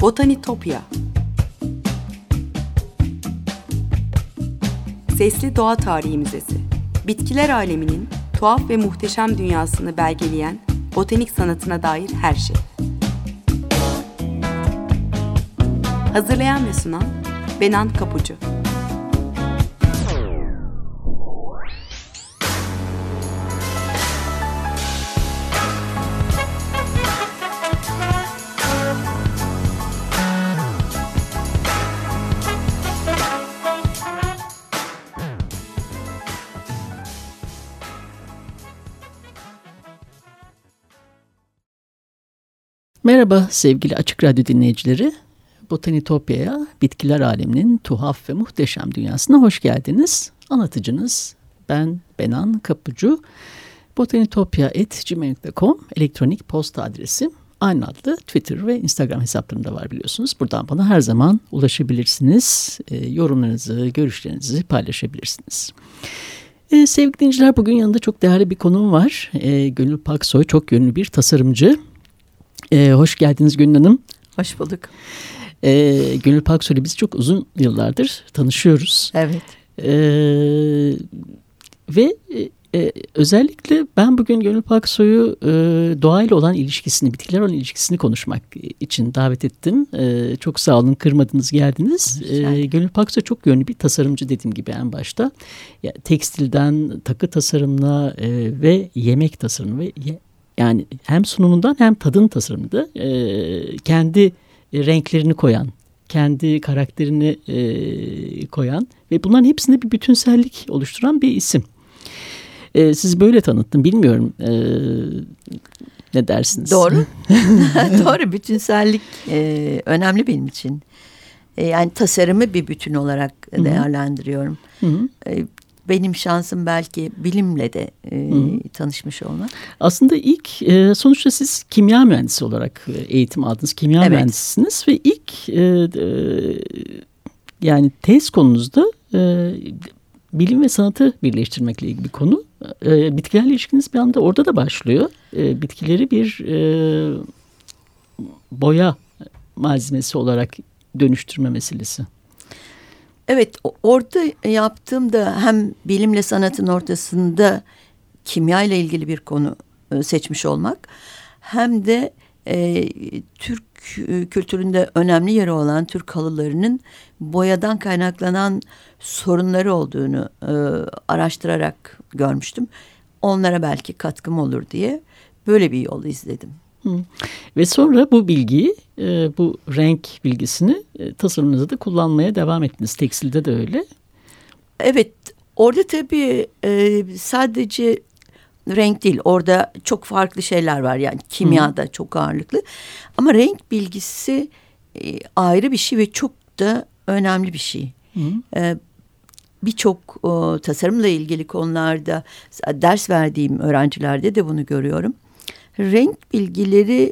Botanitopya. Sesli Doğa Tarihi Müzesi. Bitkiler aleminin tuhaf ve muhteşem dünyasını belgeleyen botanik sanatına dair her şey. Hazırlayan ve sunan Benan Kapucu. Merhaba sevgili Açık Radyo dinleyicileri. Botanitopya'ya, bitkiler aleminin tuhaf ve muhteşem dünyasına hoş geldiniz. Anlatıcınız ben Benan Kapucu. Botanitopya@gmail.com elektronik posta adresim. Aynı adlı Twitter ve Instagram hesaplarımda var biliyorsunuz. Buradan bana her zaman ulaşabilirsiniz. Yorumlarınızı, görüşlerinizi paylaşabilirsiniz. Sevgili dinleyiciler, bugün yanında çok değerli bir konuğum var. Gönül Paksoy çok yönlü bir tasarımcı. Hoş geldiniz Gönül Hanım. Hoş bulduk. Gönül Paksoy'la biz çok uzun yıllardır tanışıyoruz. Evet. Ve özellikle ben bugün Gönül Paksoy'u doğayla olan ilişkisini, bitkiler olan ilişkisini konuşmak için davet ettim. Çok sağ olun, kırmadınız, geldiniz. Gönül Paksoy çok yönlü bir tasarımcı dediğim gibi en başta. Tekstilden takı tasarımına ve yemek tasarımına ve yani hem sunumundan hem tadın tasarımında kendi renklerini koyan, kendi karakterini koyan ve bunların hepsinde bir bütünsellik oluşturan bir isim. Sizi böyle tanıttım, bilmiyorum ne dersiniz? Doğru. Doğru, bütünsellik önemli benim için. Yani tasarımı bir bütün olarak değerlendiriyorum. Benim şansım belki bilimle de tanışmış olmak. Aslında ilk sonuçta siz kimya mühendisi olarak eğitim aldınız. Kimya mühendisisiniz ve ilk yani tez konunuzda bilim ve sanatı birleştirmekle ilgili bir konu. Bitkilerle ilişkiniz bir anda orada da başlıyor. Bitkileri bir boya malzemesi olarak dönüştürme meselesi. Evet, orada yaptığımda hem bilimle sanatın ortasında kimya ile ilgili bir konu seçmiş olmak, hem de Türk kültüründe önemli yeri olan Türk halılarının boyadan kaynaklanan sorunları olduğunu araştırarak görmüştüm. Onlara belki katkım olur diye böyle bir yol izledim. Ve sonra bu bilgiyi, bu renk bilgisini tasarımınızda da kullanmaya devam ettiniz. Tekstilde de öyle. Evet, orada tabii sadece renk değil. Orada çok farklı şeyler var. Yani kimya da çok ağırlıklı. Ama renk bilgisi ayrı bir şey ve çok da önemli bir şey. Birçok tasarımla ilgili konularda ders verdiğim öğrencilerde de bunu görüyorum. Renk bilgileri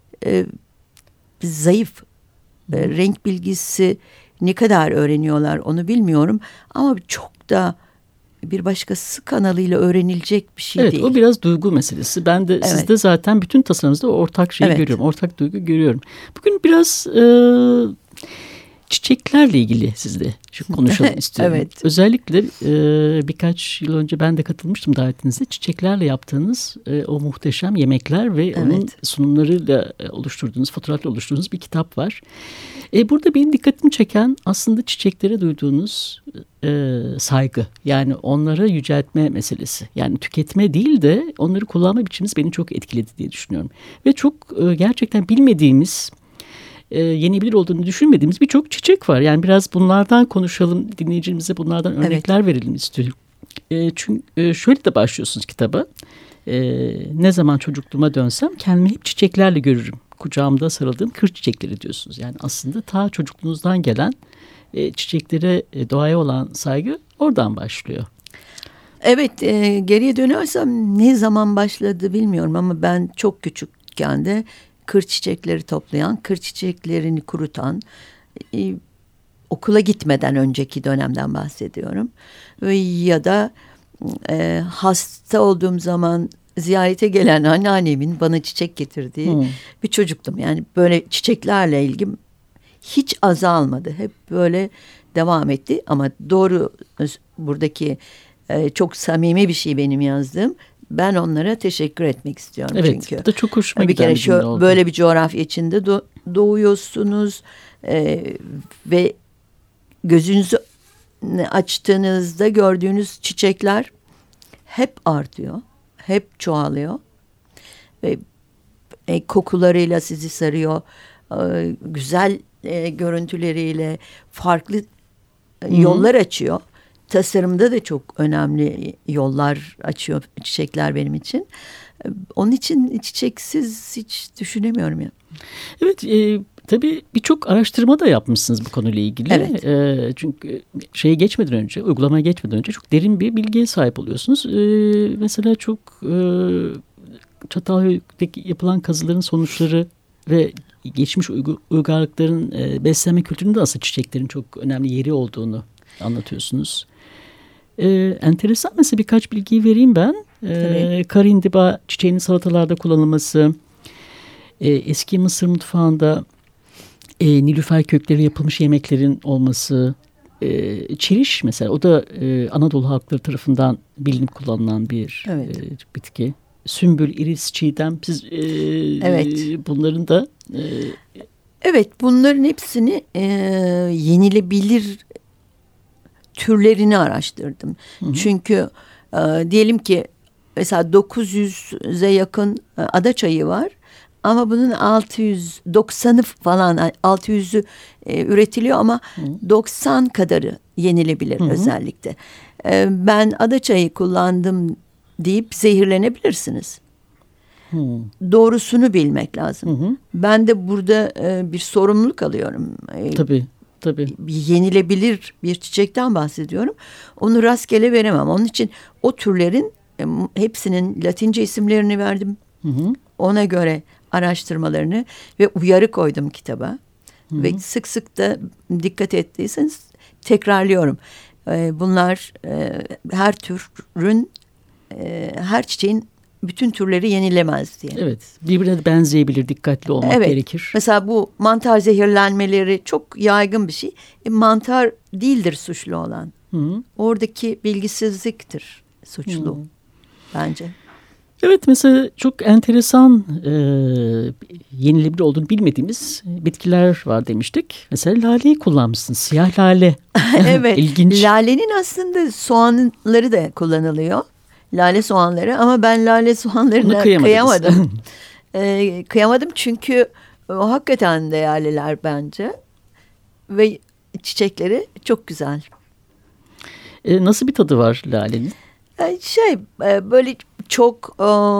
zayıf. Renk bilgisi ne kadar öğreniyorlar onu bilmiyorum. Ama çok da bir başkası kanalıyla öğrenilecek bir şey değil. Evet, o biraz duygu meselesi. Ben de sizde zaten bütün tasarımınızda ortak şeyi görüyorum. Ortak duygu görüyorum. Bugün biraz çiçeklerle ilgili sizle konuşalım istiyorum. Evet. Özellikle birkaç yıl önce ben de katılmıştım davetinizde. Çiçeklerle yaptığınız o muhteşem yemekler ve onun sunumlarıyla oluşturduğunuz, fotoğrafla oluşturduğunuz bir kitap var. Burada benim dikkatimi çeken aslında çiçeklere duyduğunuz saygı. Yani onlara yüceltme meselesi. Yani tüketme değil de onları kullanma biçiminiz beni çok etkiledi diye düşünüyorum. Ve çok gerçekten bilmediğimiz, yenebilir olduğunu düşünmediğimiz birçok çiçek var. Yani biraz bunlardan konuşalım, dinleyicilerimize bunlardan örnekler verelim istiyorum. Çünkü şöyle de başlıyorsunuz kitaba. Ne zaman çocukluğuma dönsem kendimi hep çiçeklerle görürüm. Kucağımda sarıldığım kır çiçekleri diyorsunuz. Yani aslında ta çocukluğunuzdan gelen çiçeklere, doğaya olan saygı oradan başlıyor. Evet, geriye dönersem ne zaman başladı bilmiyorum ama ben çok küçükken de kır çiçekleri toplayan, kır çiçeklerini kurutan, okula gitmeden önceki dönemden bahsediyorum. Ya da hasta olduğum zaman ziyarete gelen anneannemin bana çiçek getirdiği bir çocuktum. Yani böyle çiçeklerle ilgim hiç azalmadı. Hep böyle devam etti ama doğru, buradaki çok samimi bir şey benim yazdığım. Ben onlara teşekkür etmek istiyorum çünkü. Evet, bu da çok hoşuma bir giden kere bir cümle oldu. böyle bir coğrafya içinde doğuyorsunuz ve gözünüzü açtığınızda gördüğünüz çiçekler hep artıyor, hep çoğalıyor ve kokularıyla sizi sarıyor, güzel görüntüleriyle farklı yollar açıyor. Tasarımda da çok önemli yollar açıyor çiçekler benim için. Onun için çiçeksiz hiç düşünemiyorum ya. Evet, tabii birçok araştırma da yapmışsınız bu konuyla ilgili. Evet. Çünkü uygulamaya geçmeden önce çok derin bir bilgiye sahip oluyorsunuz. Mesela çok Çatalhöyük'teki yapılan kazıların sonuçları ve geçmiş uygarlıkların beslenme kültüründe aslında çiçeklerin çok önemli yeri olduğunu anlatıyorsunuz. Enteresan, mesela birkaç bilgiyi vereyim ben. Karindiba çiçeğinin salatalarda kullanılması, eski Mısır mutfağında nilüfer kökleri yapılmış yemeklerin olması, çiriş mesela, o da Anadolu halkları tarafından bilinip kullanılan bir bitki. Sümbül, iris, çiğdem, bunların da... Evet, bunların hepsini yenilebilir türlerini araştırdım. Hı-hı. Çünkü diyelim ki mesela 900'e yakın adaçayı var ama bunun 690'ı falan, 600'ü üretiliyor ama 90 kadarı yenilebilir. Hı-hı. Özellikle. Ben adaçayı kullandım deyip zehirlenebilirsiniz. Doğrusunu bilmek lazım. Hı-hı. Ben de burada bir sorumluluk alıyorum. Tabii. Yenilebilir bir çiçekten bahsediyorum. Onu rastgele veremem. Onun için o türlerin hepsinin Latince isimlerini verdim. Hı-hı. Ona göre araştırmalarını ve uyarı koydum kitaba. Hı-hı. Ve sık sık da dikkat ettiyseniz tekrarlıyorum. Bunlar her türün, her çiçeğin bütün türleri yenilemez diye. Evet, birbirine benzeyebilir, dikkatli olmak gerekir. Mesela bu mantar zehirlenmeleri çok yaygın bir şey. Mantar değildir suçlu olan. Hı-hı. Oradaki bilgisizliktir suçlu bence. Evet, mesela çok enteresan yenilebilir olduğunu bilmediğimiz bitkiler var demiştik. Mesela laleyi kullanmışsın, siyah lale. Evet, İlginç. Lalenin aslında soğanları da kullanılıyor. Lale soğanları, ama ben lale soğanlarına kıyamadım. Kıyamadım çünkü o hakikaten değerliler bence. Ve çiçekleri çok güzel. Nasıl bir tadı var lalenin? Böyle çok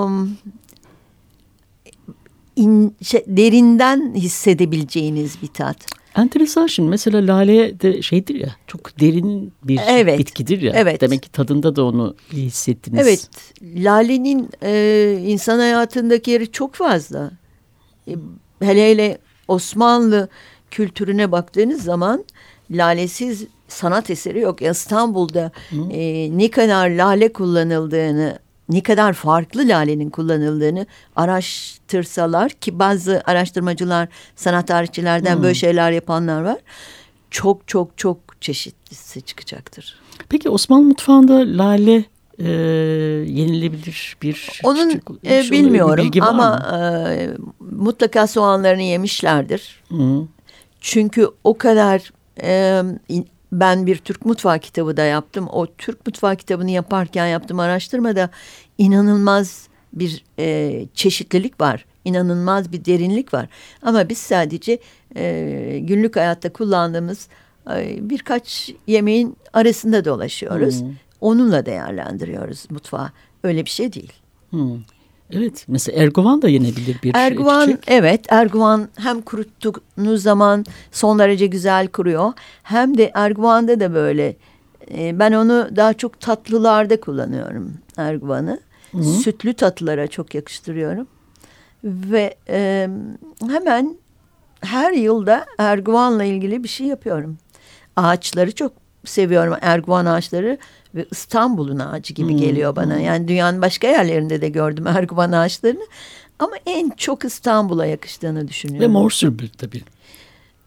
derinden hissedebileceğiniz bir tat. Enteresan, şimdi mesela lale de şeydir ya, çok derin bir bitkidir ya. Evet. Demek ki tadında da onu hissettiniz. Evet, lalenin insan hayatındaki yeri çok fazla. Hele Osmanlı kültürüne baktığınız zaman lalesiz sanat eseri yok. İstanbul'da ne kadar lale kullanıldığını, ne kadar farklı lalenin kullanıldığını araştırsalar, ki bazı araştırmacılar, sanat tarihçilerden böyle şeyler yapanlar var. Çok çok çok çeşitlisi çıkacaktır. Peki Osmanlı mutfağında lale yenilebilir bir... Onun bilmiyorum ama mutlaka soğanlarını yemişlerdir. Hı. Çünkü o kadar... Ben bir Türk mutfağı kitabı da yaptım. O Türk mutfağı kitabını yaparken yaptığım araştırmada inanılmaz bir çeşitlilik var. İnanılmaz bir derinlik var. Ama biz sadece günlük hayatta kullandığımız birkaç yemeğin arasında dolaşıyoruz. Onunla değerlendiriyoruz mutfağı. Öyle bir şey değil. Evet, mesela erguvan da yenebilir bir çiçek. Evet, erguvan hem kuruttuğunuz zaman son derece güzel kuruyor. Hem de erguvanda da böyle. Ben onu daha çok tatlılarda kullanıyorum, erguvanı. Hı-hı. Sütlü tatlılara çok yakıştırıyorum. Ve hemen her yılda erguvanla ilgili bir şey yapıyorum. Ağaçları çok seviyorum, erguvan ağaçları. Ve İstanbul'un ağacı gibi geliyor bana. Yani dünyanın başka yerlerinde de gördüm erguvan ağaçlarını. Ama en çok İstanbul'a yakıştığını düşünüyorum. Ve mor sümbül tabii.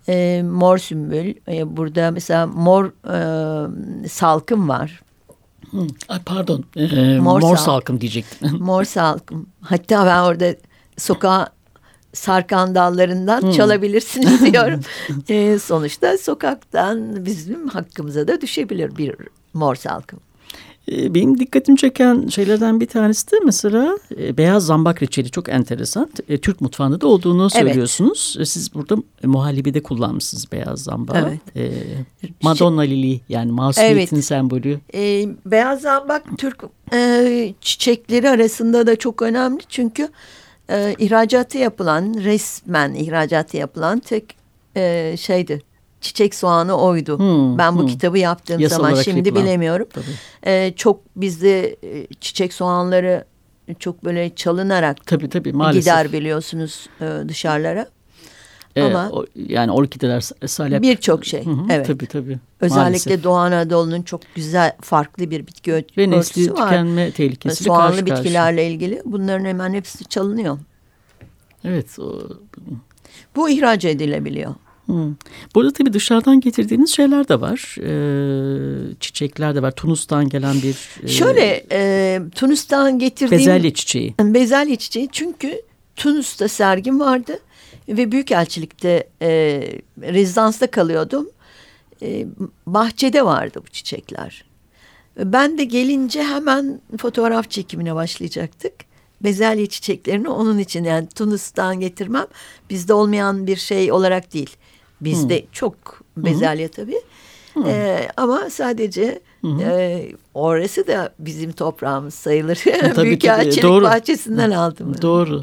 Mor sümbül. Burada mesela mor salkım var. Pardon. Mor salkım diyecektim. Mor salkım. Hatta ben orada sokağa sarkan dallarından çalabilirsiniz diyorum. Sonuçta sokaktan bizim hakkımıza da düşebilir bir mor salkım. Benim dikkatimi çeken şeylerden bir tanesi de mesela beyaz zambak reçeli, çok enteresan. Türk mutfağında da olduğunu söylüyorsunuz. Evet. Siz burada muhallebide kullanmışsınız beyaz zambağı. Evet. Madonna lili, yani masumiyetin sembolü. Beyaz zambak Türk çiçekleri arasında da çok önemli. Çünkü resmen ihracatı yapılan tek şeydi. Çiçek soğanı oydu. Ben bu kitabı yaptığım Yasal zaman şimdi bilemiyorum. Çok bizde çiçek soğanları çok böyle tabii, maalesef gider biliyorsunuz dışarılara. Ama yani orkideler, salep, birçok şey. Evet. Tabii. Özellikle maalesef. Doğu Anadolu'nun çok güzel farklı bir bitki örtüsü var. Ve nesli tükenme tehlikesi. Soğanlı bitkilerle ilgili bunların hemen hepsi çalınıyor. Evet. Bu ihraç edilebiliyor. Burada tabii dışarıdan getirdiğiniz şeyler de var. Çiçekler de var. Tunus'tan gelen bir... Tunus'tan getirdiğim... Bezelye çiçeği. Bezelye çiçeği, çünkü Tunus'ta sergim vardı. Ve Büyükelçilik'te rezidansta kalıyordum. Bahçede vardı bu çiçekler. Ben de gelince hemen fotoğraf çekimine başlayacaktık. Bezelye çiçeklerini onun için, yani Tunus'tan getirmem bizde olmayan bir şey olarak değil. Bizde çok bezelye tabii. Ama sadece orası da bizim toprağımız sayılır. Büyükelçilik bahçesinden aldım. Doğru.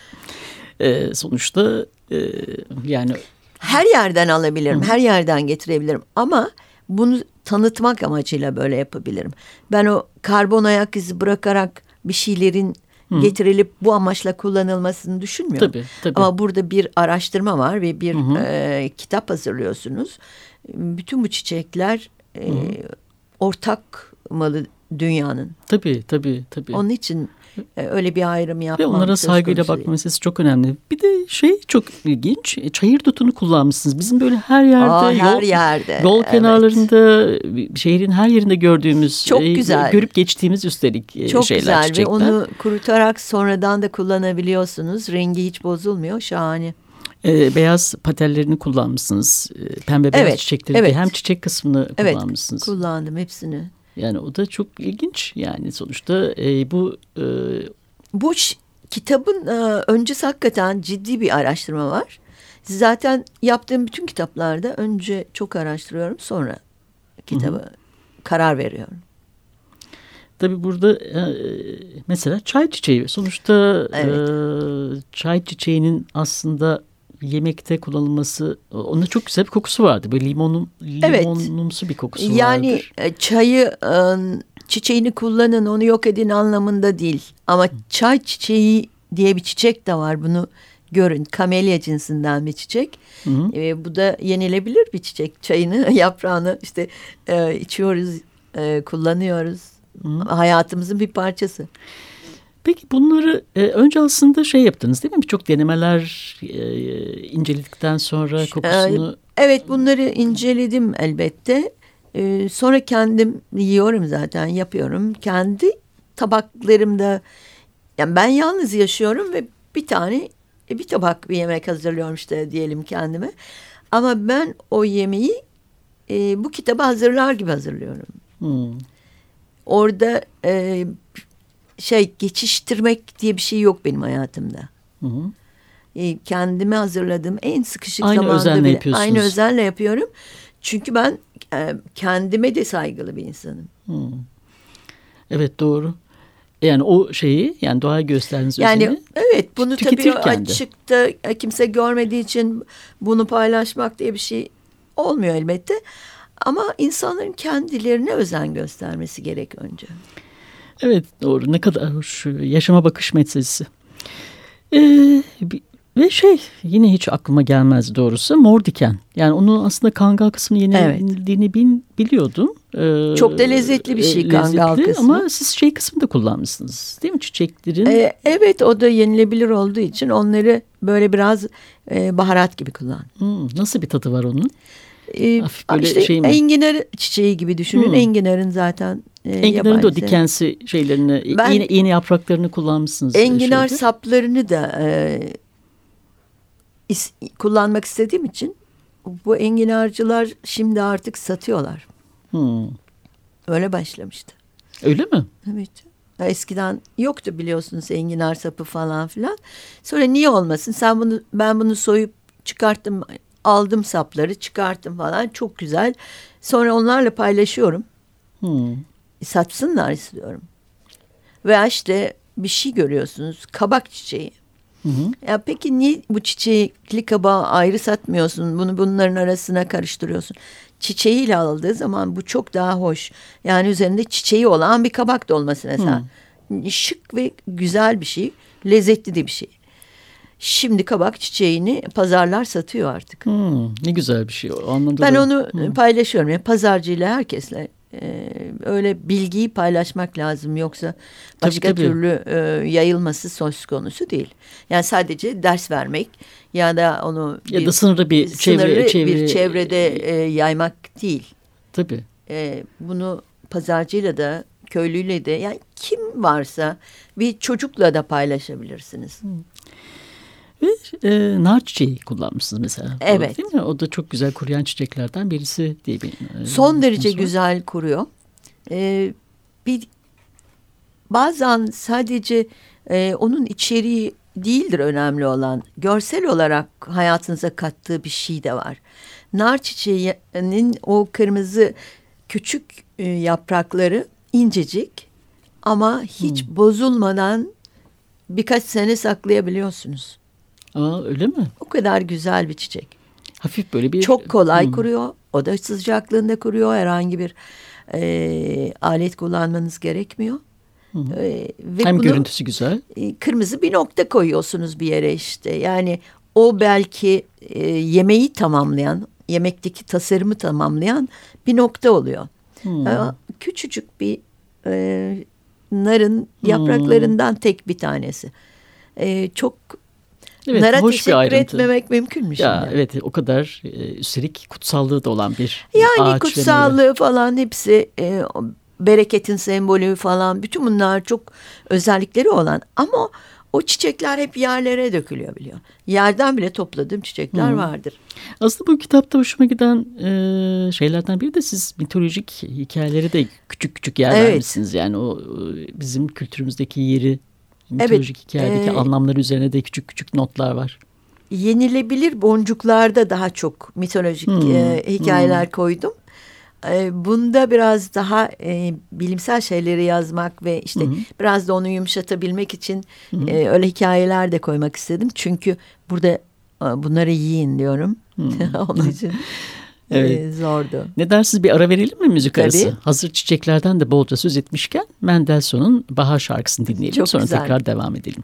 Sonuçta yani... Her yerden alabilirim, her yerden getirebilirim. Ama bunu tanıtmak amacıyla böyle yapabilirim. Ben o karbon ayak izi bırakarak bir şeylerin getirilip bu amaçla kullanılmasını düşünmüyorum. Tabii. Ama burada bir araştırma var ve bir kitap hazırlıyorsunuz. Bütün bu çiçekler ortak malı dünyanın. Tabii. Onun için öyle bir ayrım yapmam. Ve onlara saygıyla bakma meselesi çok önemli. Bir de çok ilginç. Çayır dutunu kullanmışsınız. Bizim böyle her yerde, yol kenarlarında, şehrin her yerinde gördüğümüz, çok güzel, görüp geçtiğimiz üstelik çok şeyler, güzel çiçekler. Ve onu kurutarak sonradan da kullanabiliyorsunuz. Rengi hiç bozulmuyor. Şahane. Beyaz patellerini kullanmışsınız. Pembe beyaz çiçekleri. Evet. Hem çiçek kısmını kullanmışsınız. Evet, kullandım hepsini. Yani o da çok ilginç. Yani sonuçta bu kitabın öncesi hakikaten ciddi bir araştırma var. Zaten yaptığım bütün kitaplarda önce çok araştırıyorum, sonra kitaba karar veriyorum. Tabii burada mesela çay çiçeği. Sonuçta çay çiçeğinin aslında yemekte kullanılması, onda çok güzel bir kokusu vardı. Böyle limonumsu bir kokusu vardır. Yani çayı, çiçeğini kullanın, onu yok edin anlamında değil. Ama çay çiçeği diye bir çiçek de var. Bunu görün. Kamelya cinsinden bir çiçek. Bu da yenilebilir bir çiçek. Çayını, yaprağını işte içiyoruz, kullanıyoruz. Hayatımızın bir parçası. Peki bunları önce aslında yaptınız değil mi? Birçok denemeler inceledikten sonra kokusunu... Evet, bunları inceledim elbette. Sonra kendim yiyorum zaten, yapıyorum. Kendi tabaklarımda, yani ben yalnız yaşıyorum ve bir tabak bir yemek hazırlıyorum işte diyelim kendime. Ama ben o yemeği bu kitabı hazırlar gibi hazırlıyorum. Orada geçiştirmek diye bir şey yok benim hayatımda. Kendime hazırladığım en sıkışık zamanda bile aynı özenle yapıyorum. Çünkü ben kendime de saygılı bir insanım. Evet, doğru. Yani o yani doğaya gösterdiğiniz özeni. Evet, bunu tabii açıkta kimse görmediği için bunu paylaşmak diye bir şey olmuyor elbette. Ama insanların kendilerine özen göstermesi gerek önce. Evet, doğru. Ne kadar hoş. Yaşama bakış meselesi. Ve yine hiç aklıma gelmezdi doğrusu, mor diken. Yani onun aslında kangal kısmını yenildiğini biliyordum. Çok da lezzetli bir şey kangal kısmı. Ama siz kısmını da kullanmışsınız değil mi, çiçeklerin? Evet, o da yenilebilir olduğu için onları böyle biraz baharat gibi kullan. Nasıl bir tadı var onun? Hafif böyle enginar çiçeği gibi düşünün. Enginarın zaten enginarın da o dikensi şeylerini, yeni yapraklarını kullanmışsınız. Enginar saplarını da kullanmak istediğim için bu enginarcılar şimdi artık satıyorlar. Öyle başlamıştı. Öyle mi? Evet. Eskiden yoktu biliyorsunuz enginar sapı falan filan. Sonra niye olmasın? Ben bunu soyup çıkarttım, aldım sapları, çıkarttım falan, çok güzel. Sonra onlarla paylaşıyorum. Satsınlar istiyorum. Veya işte bir şey görüyorsunuz, kabak çiçeği. Ya peki niye bu çiçekli kabağı ayrı satmıyorsun? Bunu bunların arasına karıştırıyorsun. Çiçeğiyle aldığı zaman bu çok daha hoş. Yani üzerinde çiçeği olan bir kabak da olması mesela. Şık ve güzel bir şey. Lezzetli de bir şey. Şimdi kabak çiçeğini pazarlar satıyor artık. Ne güzel bir şey. O ben onu paylaşıyorum. Yani pazarcıyla, herkesle öyle bilgiyi paylaşmak lazım. Yoksa başka türlü yayılması söz konusu değil. Yani sadece ders vermek ya da onu ya da sınırlı bir çevrede yaymak değil. Tabii. Bunu pazarcıyla da, köylüyle de, yani kim varsa bir çocukla da paylaşabilirsiniz. Ve nar çiçeği kullanmışsınız mesela. Evet. Değil mi? O da çok güzel kuruyan çiçeklerden birisi diye son derece güzel kuruyor. Bazen sadece onun içeriği değildir önemli olan. Görsel olarak hayatınıza kattığı bir şey de var. Nar çiçeğinin o kırmızı küçük yaprakları incecik ama hiç bozulmadan birkaç sene saklayabiliyorsunuz. Öyle mi? O kadar güzel bir çiçek. Hafif böyle bir... Çok kolay kuruyor. Oda sıcaklığında kuruyor. Herhangi bir alet kullanmanız gerekmiyor. Ve hem görüntüsü güzel. Kırmızı bir nokta koyuyorsunuz bir yere işte. Yani o belki yemeği tamamlayan, yemekteki tasarımı tamamlayan bir nokta oluyor. Küçücük bir narın yapraklarından tek bir tanesi. Çok... Evet, nara hoş teşekkür bir ayrıntı. etmemek mümkün mü şimdi? Evet, o kadar üstelik kutsallığı da olan bir yani ağaç. Kutsallığı falan hepsi bereketin sembolü falan, bütün bunlar çok özellikleri olan, ama o çiçekler hep yerlere dökülüyor biliyor. Yerden bile topladığım çiçekler vardır. Aslında bu kitapta hoşuma giden şeylerden biri de siz mitolojik hikayeleri de küçük küçük yer vermişsiniz. Yani o bizim kültürümüzdeki yeri, mitolojik hikayedeki anlamları üzerine de küçük küçük notlar var. Yenilebilir boncuklarda daha çok mitolojik hikayeler koydum. Bunda biraz daha bilimsel şeyleri yazmak ve işte biraz da onu yumuşatabilmek için öyle hikayeler de koymak istedim. Çünkü burada bunları yiyin diyorum. Onun için zordu. Ne dersiniz, bir ara verelim mi müzik arası? Hazır çiçeklerden de bolca söz etmişken Mendelssohn'un Bahar şarkısını dinleyelim. Çok sonra güzel. Tekrar devam edelim.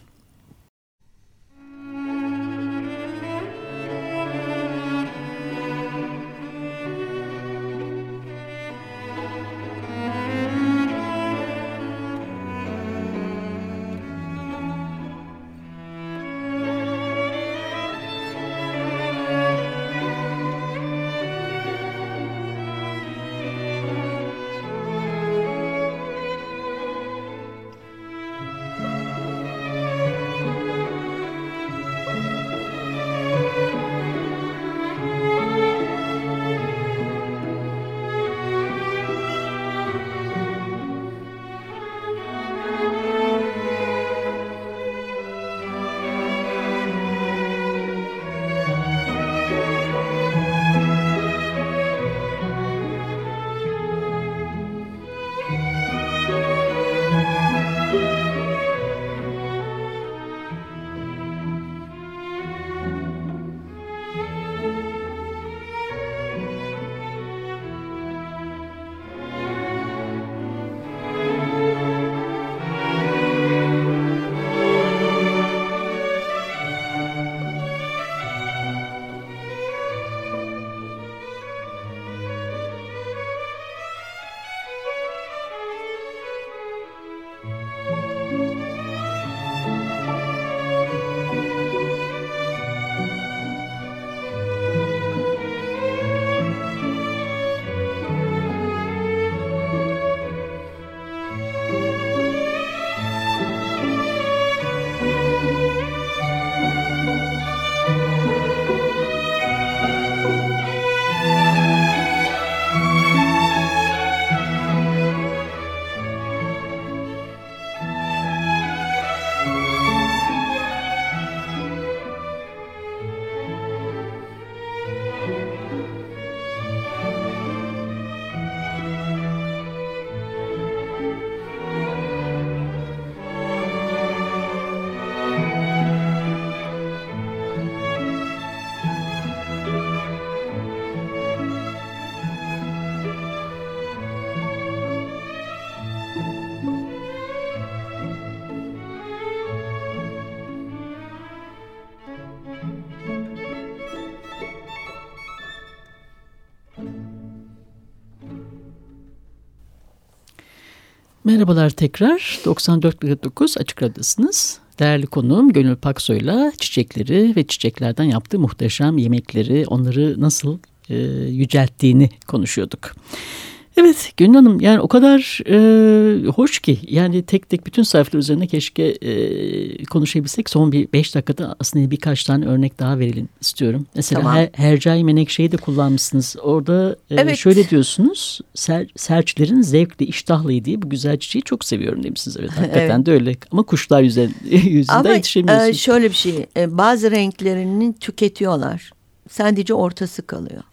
Merhabalar tekrar. 94.9 Açık Radyo'dasınız. Değerli konuğum Gönül Paksoy'la çiçekleri ve çiçeklerden yaptığı muhteşem yemekleri, onları nasıl yücelttiğini konuşuyorduk. Evet Gönül Hanım, yani o kadar hoş ki, yani tek tek bütün sayfalar üzerine keşke konuşabilsek. Son bir 5 dakikada aslında birkaç tane örnek daha verelim istiyorum. Mesela tamam. Hercai Menekşe'yi de kullanmışsınız. Orada evet. Şöyle diyorsunuz, serçlerin zevkle iştahla yediği bu güzel çiçeği çok seviyorum demişsiniz. Evet, hakikaten evet. De öyle ama kuşlar yüzünden yetişemiyorsunuz. Ama şöyle bir şey, bazı renklerini tüketiyorlar. Sadece ortası kalıyor.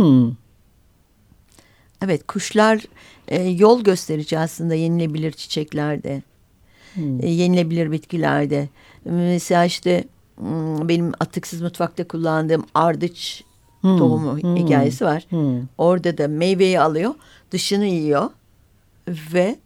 Evet, kuşlar yol gösterici aslında yenilebilir çiçeklerde, yenilebilir bitkilerde. Mesela işte benim atıksız mutfakta kullandığım ardıç tohumu hikayesi var. Orada da meyveyi alıyor, dışını yiyor ve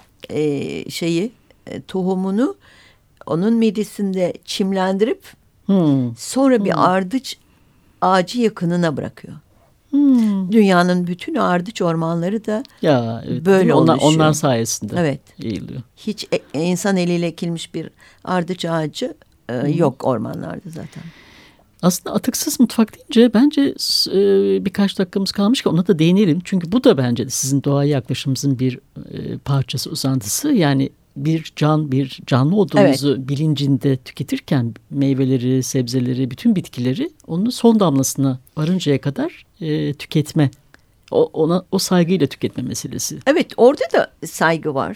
tohumunu onun midesinde çimlendirip sonra bir ardıç ağacı yakınına bırakıyor. Dünyanın bütün ardıç ormanları da evet, böyle oluşuyor. Onlar sayesinde evet. Eğiliyor. Hiç insan eliyle ekilmiş bir ardıç ağacı yok ormanlarda zaten. Aslında atıksız mutfak deyince bence birkaç dakikamız kalmış ki ona da değinelim. Çünkü bu da bence de sizin doğaya yaklaşımınızın bir parçası, uzantısı. Yani bir canlı olduğumuzu bilincinde tüketirken meyveleri, sebzeleri, bütün bitkileri onun son damlasına varıncaya kadar tüketme. O saygıyla tüketme meselesi. Evet, orada da saygı var.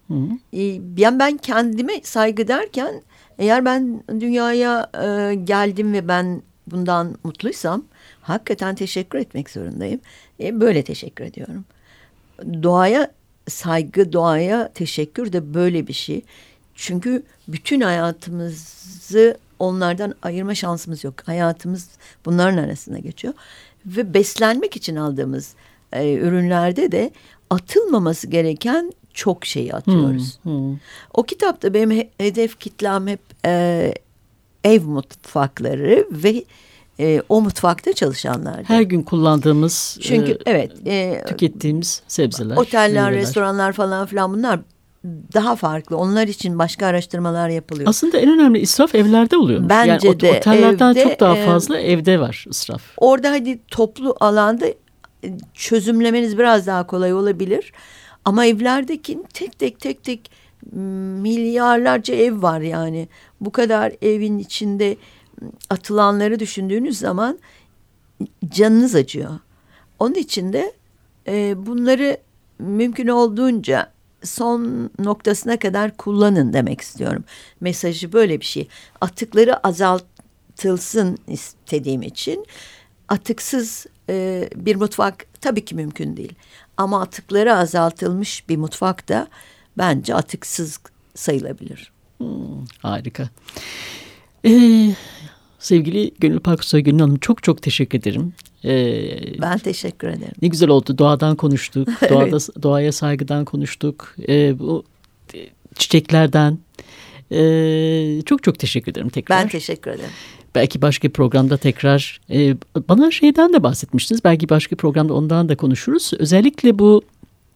Yani ben kendime saygı derken, eğer ben dünyaya geldim ve ben bundan mutluysam hakikaten teşekkür etmek zorundayım. Böyle teşekkür ediyorum. Doğaya saygı, doğaya teşekkür de böyle bir şey. Çünkü bütün hayatımızı onlardan ayırma şansımız yok. Hayatımız bunların arasında geçiyor. Ve beslenmek için aldığımız ürünlerde de atılmaması gereken çok şeyi atıyoruz. O kitapta benim hedef kitlem hep ev mutfakları ve o mutfakta çalışanlar. Her gün kullandığımız, çünkü tükettiğimiz sebzeler, oteller, meyveler, restoranlar falan filan, bunlar daha farklı. Onlar için başka araştırmalar yapılıyor. Aslında en önemli israf evlerde oluyormuş. Bence yani de otellerden evde, çok daha fazla evde var israf. Orada hadi toplu alanda çözümlemeniz biraz daha kolay olabilir. Ama evlerdeki tek tek milyarlarca ev var yani. Bu kadar evin içinde atılanları düşündüğünüz zaman canınız acıyor. Onun için de bunları mümkün olduğunca son noktasına kadar kullanın demek istiyorum. Mesajı böyle bir şey. Atıkları azaltılsın istediğim için atıksız bir mutfak tabii ki mümkün değil. Ama atıkları azaltılmış bir mutfak da bence atıksız sayılabilir. Harika. Sevgili Gönül Paksoy, Gönül Hanım, çok teşekkür ederim. Ben teşekkür ederim. Ne güzel oldu. Doğadan konuştuk. Evet. Doğaya saygıdan konuştuk. Bu çiçeklerden. Çok teşekkür ederim tekrar. Ben teşekkür ederim. Belki başka bir programda tekrar bana şeyden de bahsetmiştiniz. Belki başka bir programda ondan da konuşuruz. Özellikle bu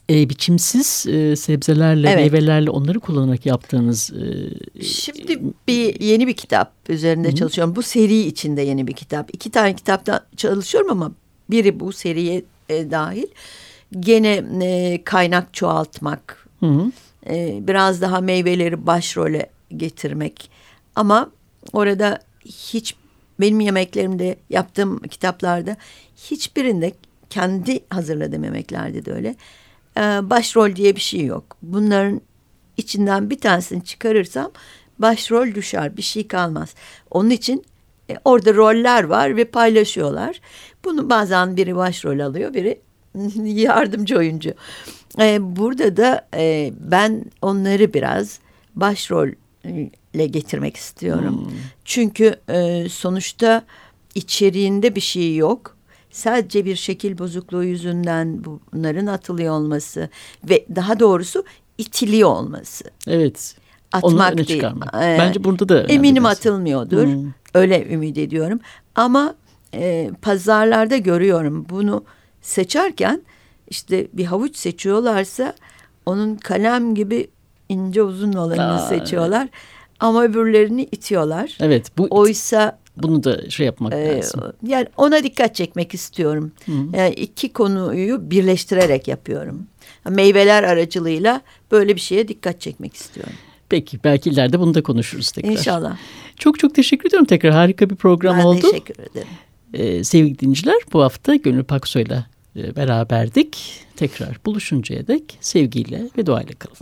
Biçimsiz sebzelerle, meyvelerle onları kullanarak yaptığınız... Şimdi yeni bir kitap üzerinde çalışıyorum. Bu seri içinde yeni bir kitap. 2 tane kitapta çalışıyorum ama biri bu seriye dahil. Gene kaynak çoğaltmak, biraz daha meyveleri başrole getirmek. Ama orada benim yemeklerimde yaptığım kitaplarda hiçbirinde, kendi hazırladığım yemeklerde de öyle, başrol diye bir şey yok. Bunların içinden bir tanesini çıkarırsam başrol düşer, bir şey kalmaz. Onun için orada roller var ve paylaşıyorlar. Bunu bazen biri başrol alıyor, biri yardımcı oyuncu. Burada da ben onları biraz başrolle getirmek istiyorum. Çünkü sonuçta içeriğinde bir şey yok. Sadece bir şekil bozukluğu yüzünden bunların atılıyor olması ve daha doğrusu itiliyor olması. Evet. Atmak değil. Çıkarmak. Bence burada da eminim atılmıyordur. Öyle ümit ediyorum. Ama pazarlarda görüyorum bunu seçerken, işte bir havuç seçiyorlarsa onun kalem gibi ince uzun olanını seçiyorlar. Ama öbürlerini itiyorlar. Evet. Oysa bunu da yapmak lazım. Yani ona dikkat çekmek istiyorum. Yani 2 konuyu birleştirerek yapıyorum. Meyveler aracılığıyla böyle bir şeye dikkat çekmek istiyorum. Peki, belki ileride bunu da konuşuruz tekrar. İnşallah. Çok çok teşekkür ediyorum tekrar. Harika bir program oldu. Ben teşekkür ederim. Sevgili dinleyiciler, bu hafta Gönül Paksoy'la beraberdik. Tekrar buluşuncaya dek sevgiyle ve duayla kalın.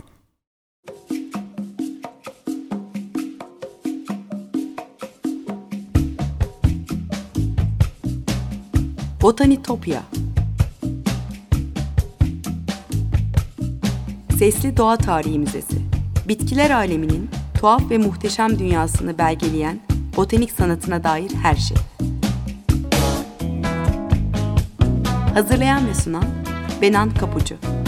Botanitopya. Sesli Doğa Tarihi Müzesi. Bitkiler aleminin tuhaf ve muhteşem dünyasını belgeleyen botanik sanatına dair her şey. Hazırlayan ve sunan Benan Kapucu.